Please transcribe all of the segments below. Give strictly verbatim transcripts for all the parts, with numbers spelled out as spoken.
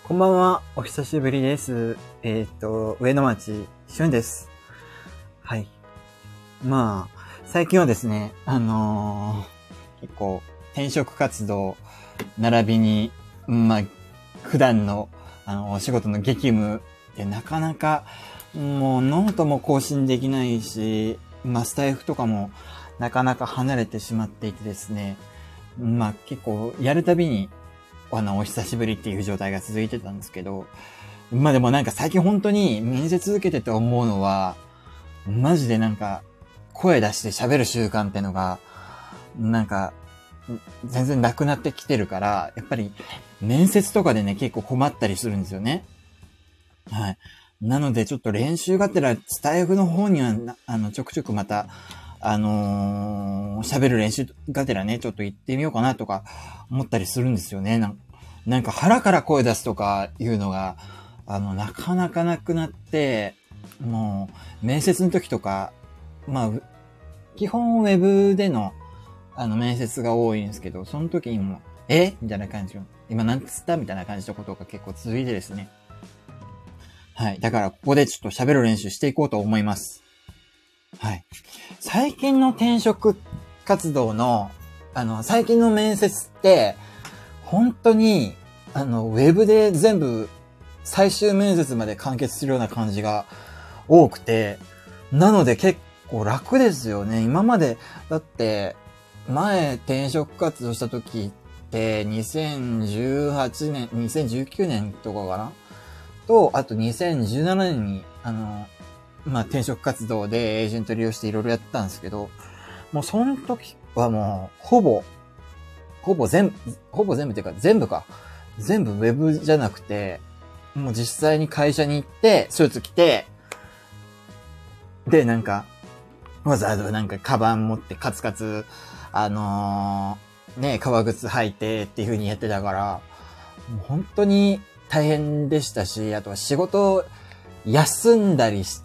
こんばんは、お久しぶりです。えっと、上野町、しゅんです。はい。まあ、最近はですね、あのー、結構、転職活動、並びに、まあ、普段の、あの、お仕事の激務で、なかなか、もう、ノートも更新できないし、まあ、スタイフとかも、なかなか離れてしまっていてですね、まあ、結構、やるたびに、あの、お久しぶりっていう状態が続いてたんですけど、まあでもなんか最近本当に面接受けてて思うのは、マジでなんか、声出して喋る習慣ってのが、なんか、全然なくなってきてるから、やっぱり面接とかでね、結構困ったりするんですよね。はい。なのでちょっと練習がてら、スタイフの方には、あの、ちょくちょくまた、あのー、喋る練習がてらね、ちょっと行ってみようかなとか思ったりするんですよね。なんなんか腹から声出すとかいうのが、あの、なかなかなくなって、もう、面接の時とか、まあ、基本ウェブでの、あの、面接が多いんですけど、その時にも、えみたいな感じの、今なんつったみたいな感じのことが結構続いてですね。はい。だから、ここでちょっと喋る練習していこうと思います。はい。最近の転職活動の、あの、最近の面接って、本当に、あの、ウェブで全部、最終面接まで完結するような感じが多くて、なので結構楽ですよね。今まで、だって、前転職活動した時って、にせんじゅうはちねん、にせんじゅうきゅうねんとかかなと、あとにせんじゅうななねんに、あの、まあ、転職活動でエージェント利用していろいろやってたんですけど、もうその時はもう、ほぼ、ほぼ全部、ほぼ全部っていうか全部か。全部ウェブじゃなくて、もう実際に会社に行って、スーツ着て、で、なんか、わざわざなんかカバン持ってカツカツ、あのー、ね、革靴履いてっていう風にやってたから、もう本当に大変でしたし、あとは仕事休んだりして、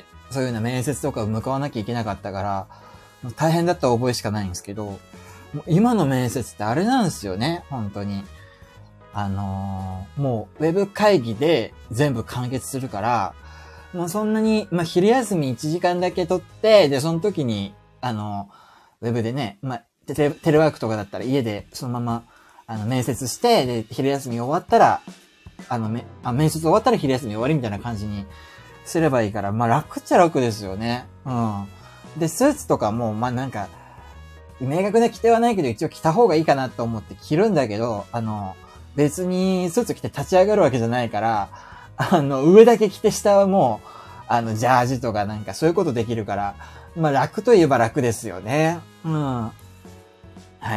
そういうような面接とかを向かわなきゃいけなかったから、もう大変だった覚えしかないんですけど、もう今の面接ってあれなんですよね、本当に。あのー、もうウェブ会議で全部完結するから、もうそんなに、まあ、昼休みいちじかんだけ取って、で、その時に、あのー、ウェブでね、まあ、テレ、テレワークとかだったら家でそのまま、あの、面接して、で、昼休み終わったら、あの、め、あ、面接終わったら昼休み終わりみたいな感じにすればいいから、まあ、楽っちゃ楽ですよね。うん。で、スーツとかも、まあ、なんか、明確な規定はないけど、一応着た方がいいかなと思って着るんだけど、あの、別にスーツ着て立ち上がるわけじゃないから、あの、上だけ着て下はもう、あの、ジャージとかなんかそういうことできるから、まあ楽といえば楽ですよね。うん。はい。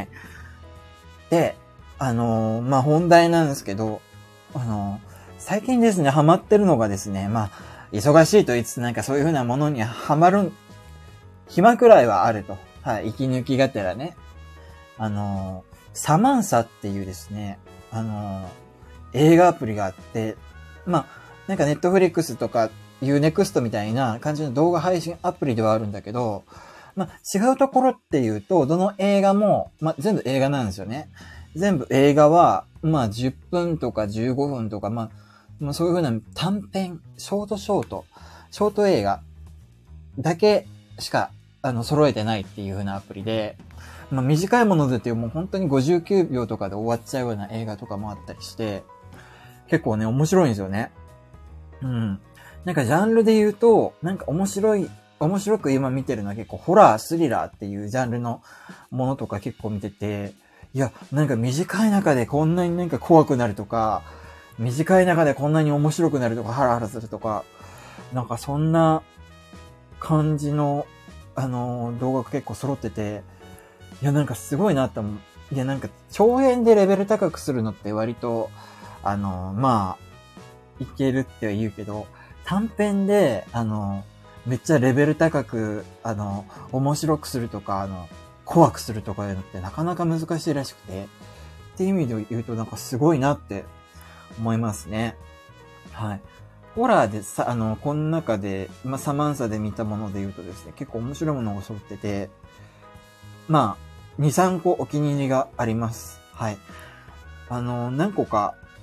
で、あのー、まあ本題なんですけど、あのー、最近ですね、ハマってるのがですね、まあ、忙しいと言いつつなんかそういう風なものにハマる、暇くらいはあると。はい、息抜きがてらね。あのー、サマンサっていうですね、あのー、映画アプリがあって、まあ、なんかネットフリックスとかユーネクストみたいな感じの動画配信アプリではあるんだけど、まあ、違うところっていうと、どの映画も、まあ、全部映画なんですよね。全部映画は、まあ、じゅっぷんとかじゅうごふんとか、まあ、まあ、そういう風な短編、ショートショート、ショート映画だけしか、あの、揃えてないっていう風なアプリで、まあ、短いものでっていうもう本当にごじゅうきゅうびょうとかで終わっちゃうような映画とかもあったりして、結構ね、面白いんですよね。うん。なんかジャンルで言うと、なんか面白い、面白く今見てるのは結構ホラー、スリラーっていうジャンルのものとか結構見てて、いや、なんか短い中でこんなになんか怖くなるとか、短い中でこんなに面白くなるとか、ハラハラするとか、なんかそんな感じの、あのー、動画が結構揃ってて、いや、なんかすごいなって思う。いや、なんか長編でレベル高くするのって割と、あのー、まあ、いけるって言うけど、短編で、あの、めっちゃレベル高く、あの、面白くするとか、あの、怖くするとかいうのってなかなか難しいらしくて、っていう意味で言うとなんかすごいなって思いますね。はい。ホラーでさ、あの、この中で、まあ、サマンサで見たもので言うとですね、結構面白いものが揃ってて、まあ、に、さんこお気に入りがあります。はい。あの、何個か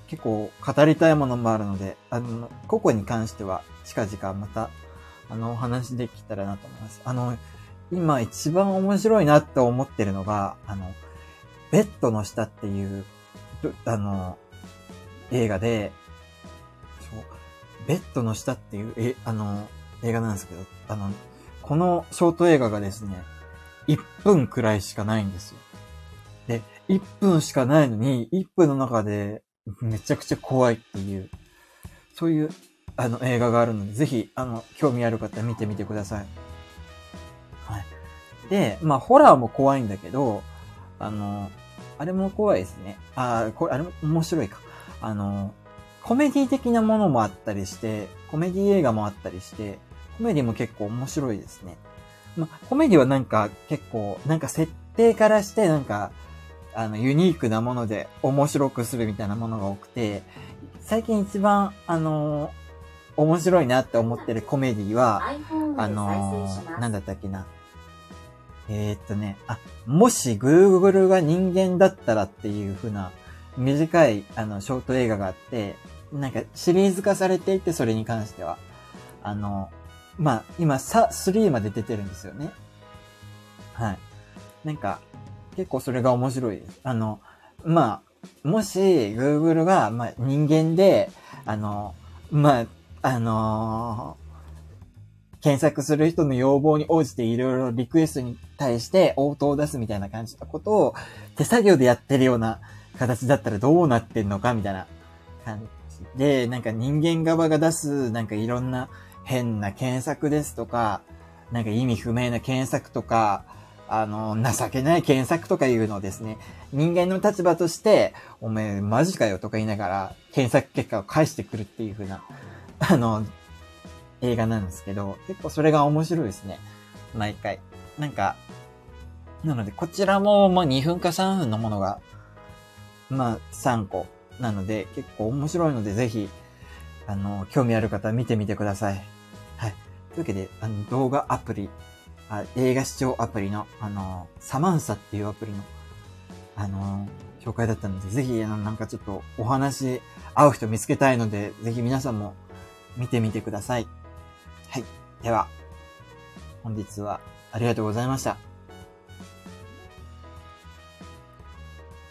結構語りたいものもあるので、あの、個々に関しては近々また、あの、お話できたらなと思います。あの、今一番面白いなって思ってるのが、あの、ベッドの下っていう、あの、映画で、そう、ベッドの下っていう、え、あの、映画なんですけど、あの、このショート映画がですね、いっぷんくらいしかないんですよ。で、いっぷんしかないのに、いっぷんの中でめちゃくちゃ怖いっていう、そういう、あの、映画があるので、ぜひ、あの、興味ある方見てみてください。はい。で、まあ、ホラーも怖いんだけど、あの、あれも怖いですね。あ、これ、あれも面白いか。あの、コメディ的なものもあったりして、コメディ映画もあったりして、コメディも結構面白いですね。まあ、コメディはなんか結構、なんか設定からしてなんか、あの、ユニークなもので面白くするみたいなものが多くて、最近一番、あのー、面白いなって思ってるコメディは、あのー、なんだったっけな。えー、っとね、あ、もし Google が人間だったらっていう風な短いあのショート映画があって、なんかシリーズ化されていて、それに関しては。あの、まあ、今、さ、スリーまで出てるんですよね。はい。なんか、結構それが面白いです。あの、まあ、もし Google が、まあ、人間で、あの、まあ、あのー検索する人の要望に応じていろいろリクエストに対して応答を出すみたいな感じのことを手作業でやってるような形だったらどうなってんのかみたいな感じで、なんか人間側が出すなんかいろんな変な検索ですとか、なんか意味不明な検索とか、あの、情けない検索とかいうのをですね、人間の立場として、おめえマジかよとか言いながら検索結果を返してくるっていう風な、あの、映画なんですけど、結構それが面白いですね。毎回。なんか、なので、こちらも、まあ、にふんかさんぷんのものが、まあ、さんこなので、結構面白いので、ぜひ、あの、興味ある方は見てみてください。はい。というわけで、あの、動画アプリ、あ映画視聴アプリの、あの、サマンサっていうアプリの、あの、紹介だったので、ぜひ、あの、なんかちょっとお話、合う人見つけたいので、ぜひ皆さんも見てみてください。はい。では、本日はありがとうございました。